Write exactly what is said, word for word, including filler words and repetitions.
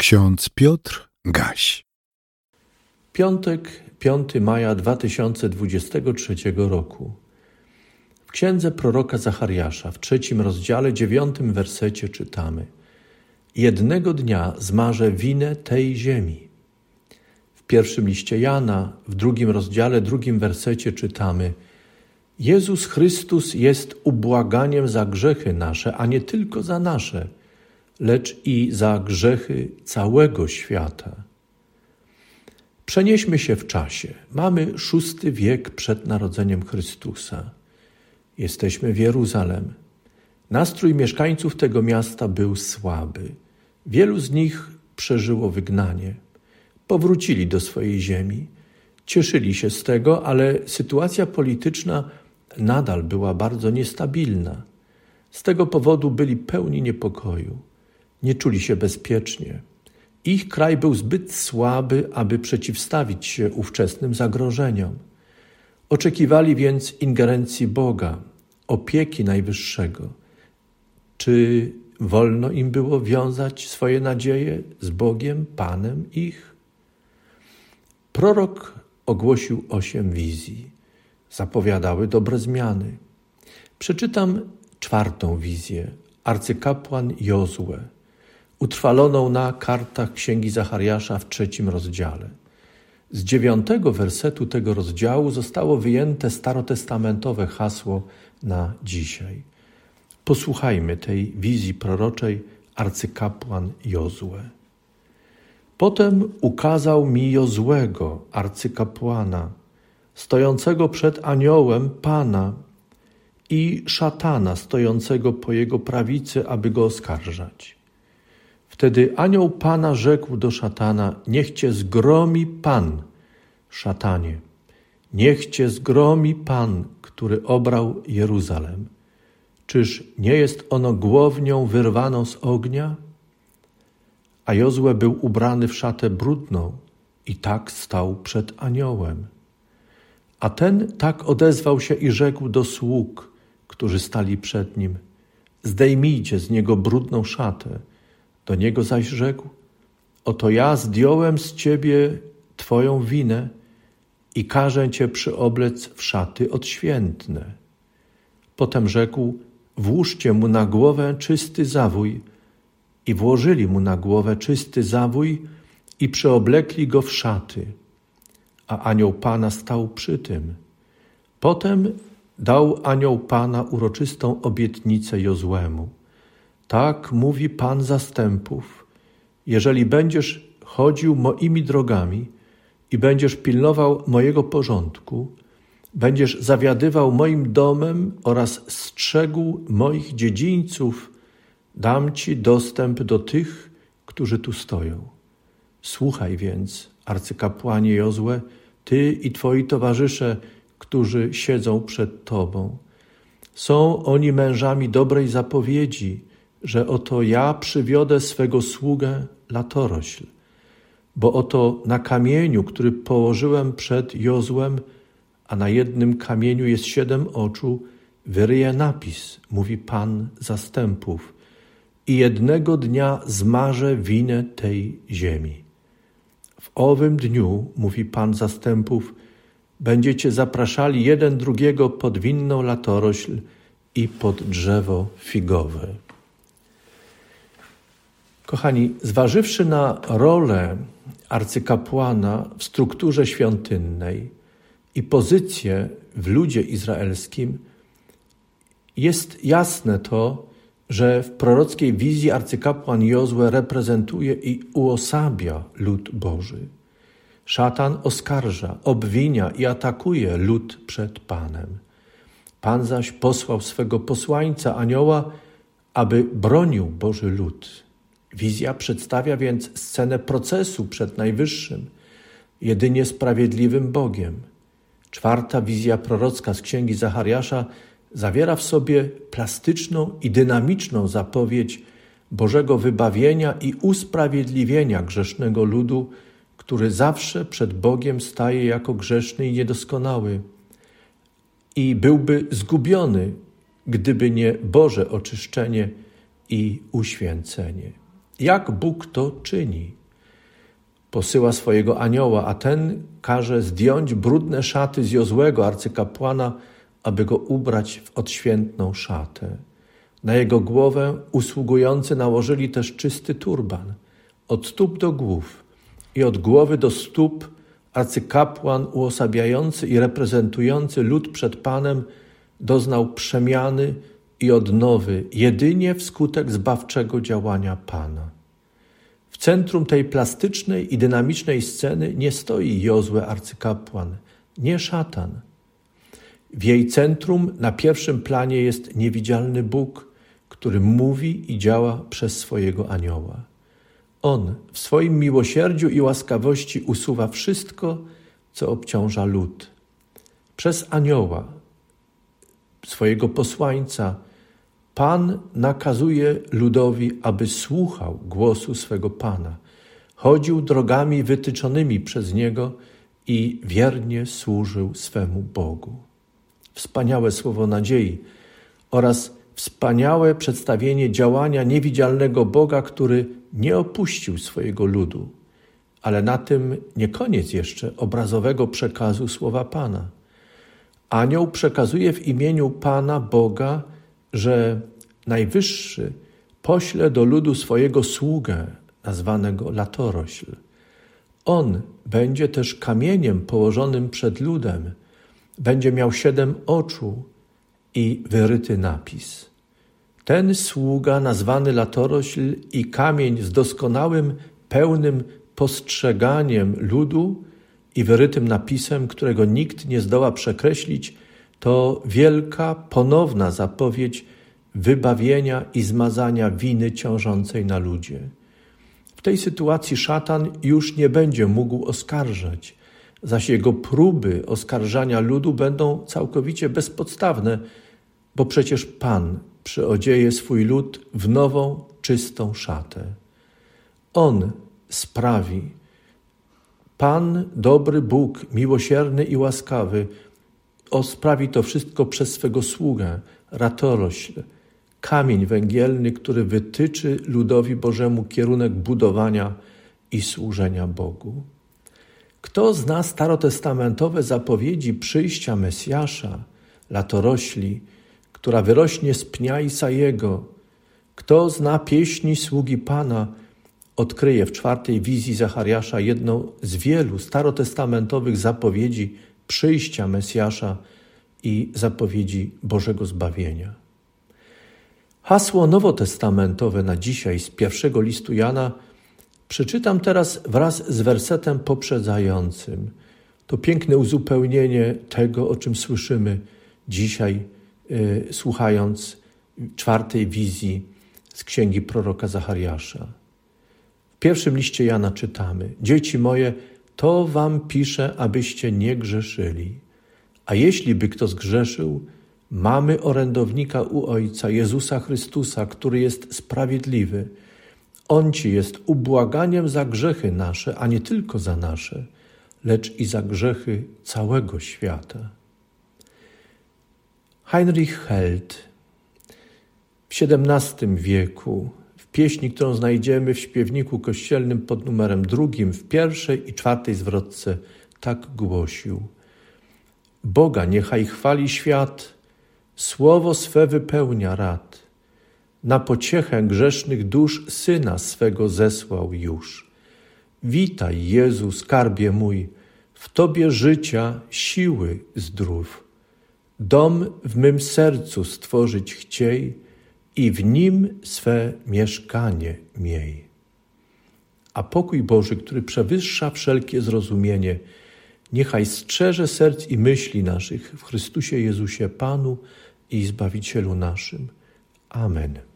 Ksiądz Piotr Gaś. Piątek, piątego maja dwa tysiące dwudziestego trzeciego roku. W księdze proroka Zachariasza, w trzecim rozdziale, dziewiątym wersecie czytamy: Jednego dnia zmarzę winę tej ziemi. W pierwszym liście Jana, w drugim rozdziale, drugim wersecie czytamy: Jezus Chrystus jest ubłaganiem za grzechy nasze, a nie tylko za nasze, lecz i za grzechy całego świata. Przenieśmy się w czasie. Mamy szósty wiek przed narodzeniem Chrystusa. Jesteśmy w Jeruzalem. Nastrój mieszkańców tego miasta był słaby. Wielu z nich przeżyło wygnanie. Powrócili do swojej ziemi. Cieszyli się z tego, ale sytuacja polityczna nadal była bardzo niestabilna. Z tego powodu byli pełni niepokoju. Nie czuli się bezpiecznie. Ich kraj był zbyt słaby, aby przeciwstawić się ówczesnym zagrożeniom. Oczekiwali więc ingerencji Boga, opieki Najwyższego. Czy wolno im było wiązać swoje nadzieje z Bogiem, Panem ich? Prorok ogłosił osiem wizji. Zapowiadały dobre zmiany. Przeczytam czwartą wizję, arcykapłan Jozue, utrwaloną na kartach Księgi Zachariasza w trzecim rozdziale. Z dziewiątego wersetu tego rozdziału zostało wyjęte starotestamentowe hasło na dzisiaj. Posłuchajmy tej wizji proroczej arcykapłan Jozue. Potem ukazał mi Jozłego, arcykapłana, stojącego przed aniołem Pana i szatana stojącego po jego prawicy, aby go oskarżać. Wtedy anioł Pana rzekł do szatana: niech cię zgromi Pan, szatanie, niech cię zgromi Pan, który obrał Jeruzalem. Czyż nie jest ono głownią wyrwaną z ognia? A Jozue był ubrany w szatę brudną i tak stał przed aniołem. A ten tak odezwał się i rzekł do sług, którzy stali przed nim: zdejmijcie z niego brudną szatę. Do niego zaś rzekł: oto ja zdjąłem z ciebie twoją winę i każę cię przyoblec w szaty odświętne. Potem rzekł: włóżcie mu na głowę czysty zawój. I włożyli mu na głowę czysty zawój i przyoblekli go w szaty. A anioł Pana stał przy tym. Potem dał anioł Pana uroczystą obietnicę Jozłemu. Tak mówi Pan zastępów: jeżeli będziesz chodził moimi drogami i będziesz pilnował mojego porządku, będziesz zawiadywał moim domem oraz strzegł moich dziedzińców, dam ci dostęp do tych, którzy tu stoją. Słuchaj więc, arcykapłanie Jozue, ty i twoi towarzysze, którzy siedzą przed tobą. Są oni mężami dobrej zapowiedzi, że oto ja przywiodę swego sługę latorośl. Bo oto na kamieniu, który położyłem przed Jozłem, a na jednym kamieniu jest siedem oczu, wyryję napis, mówi Pan zastępów, i jednego dnia zmarzę winę tej ziemi. W owym dniu, mówi Pan zastępów, będziecie zapraszali jeden drugiego pod winną latorośl i pod drzewo figowe. Kochani, zważywszy na rolę arcykapłana w strukturze świątynnej i pozycję w ludzie izraelskim, jest jasne to, że w prorockiej wizji arcykapłan Jozue reprezentuje i uosabia lud Boży. Szatan oskarża, obwinia i atakuje lud przed Panem. Pan zaś posłał swego posłańca, anioła, aby bronił Boży lud. Wizja przedstawia więc scenę procesu przed Najwyższym, jedynie sprawiedliwym Bogiem. Czwarta wizja prorocka z Księgi Zachariasza zawiera w sobie plastyczną i dynamiczną zapowiedź Bożego wybawienia i usprawiedliwienia grzesznego ludu, który zawsze przed Bogiem staje jako grzeszny i niedoskonały i byłby zgubiony, gdyby nie Boże oczyszczenie i uświęcenie. Jak Bóg to czyni? Posyła swojego anioła, a ten każe zdjąć brudne szaty z Jozłego, arcykapłana, aby go ubrać w odświętną szatę. Na jego głowę usługujący nałożyli też czysty turban, od stóp do głów i od głowy do stóp arcykapłan uosabiający i reprezentujący lud przed Panem doznał przemiany i odnowy jedynie wskutek zbawczego działania Pana. W centrum tej plastycznej i dynamicznej sceny nie stoi Jozue arcykapłan, nie szatan. W jej centrum na pierwszym planie jest niewidzialny Bóg, który mówi i działa przez swojego anioła. On w swoim miłosierdziu i łaskawości usuwa wszystko, co obciąża lud. Przez anioła, swojego posłańca, Pan nakazuje ludowi, aby słuchał głosu swego Pana, chodził drogami wytyczonymi przez Niego i wiernie służył swemu Bogu. Wspaniałe słowo nadziei oraz wspaniałe przedstawienie działania niewidzialnego Boga, który nie opuścił swojego ludu. Ale na tym nie koniec jeszcze obrazowego przekazu słowa Pana. Anioł przekazuje w imieniu Pana Boga, że Najwyższy pośle do ludu swojego sługę, nazwanego latorośl. On będzie też kamieniem położonym przed ludem. Będzie miał siedem oczu i wyryty napis. Ten sługa, nazwany latorośl i kamień z doskonałym, pełnym postrzeganiem ludu i wyrytym napisem, którego nikt nie zdoła przekreślić, to wielka, ponowna zapowiedź wybawienia i zmazania winy ciążącej na ludzie. W tej sytuacji szatan już nie będzie mógł oskarżać, zaś jego próby oskarżania ludu będą całkowicie bezpodstawne, bo przecież Pan przyodzieje swój lud w nową, czystą szatę. On sprawi, Pan, dobry Bóg, miłosierny i łaskawy, o sprawi to wszystko przez swego sługę, latorośl, kamień węgielny, który wytyczy ludowi Bożemu kierunek budowania i służenia Bogu. Kto zna starotestamentowe zapowiedzi przyjścia Mesjasza, latorośli, która wyrośnie z pnia Isajego, kto zna pieśni sługi Pana, odkryje w czwartej wizji Zachariasza jedną z wielu starotestamentowych zapowiedzi przyjścia Mesjasza i zapowiedzi Bożego zbawienia. Hasło nowotestamentowe na dzisiaj z pierwszego listu Jana przeczytam teraz wraz z wersetem poprzedzającym. To piękne uzupełnienie tego, o czym słyszymy dzisiaj, yy, słuchając czwartej wizji z księgi proroka Zachariasza. W pierwszym liście Jana czytamy: Dzieci moje, to wam piszę, abyście nie grzeszyli. A jeśli by kto zgrzeszył, mamy orędownika u Ojca, Jezusa Chrystusa, który jest sprawiedliwy. On ci jest ubłaganiem za grzechy nasze, a nie tylko za nasze, lecz i za grzechy całego świata. Heinrich Held w siedemnastym wieku w pieśni, którą znajdziemy w śpiewniku kościelnym pod numerem drugim, w pierwszej i czwartej zwrotce, tak głosił: Boga niechaj chwali świat, słowo swe wypełnia rad. Na pociechę grzesznych dusz Syna swego zesłał już. Witaj, Jezu, skarbie mój, w Tobie życia, siły, zdrów. Dom w mym sercu stworzyć chciej i w nim swe mieszkanie miej. A pokój Boży, który przewyższa wszelkie zrozumienie, niechaj strzeże serc i myśli naszych w Chrystusie Jezusie Panu i Zbawicielu naszym. Amen.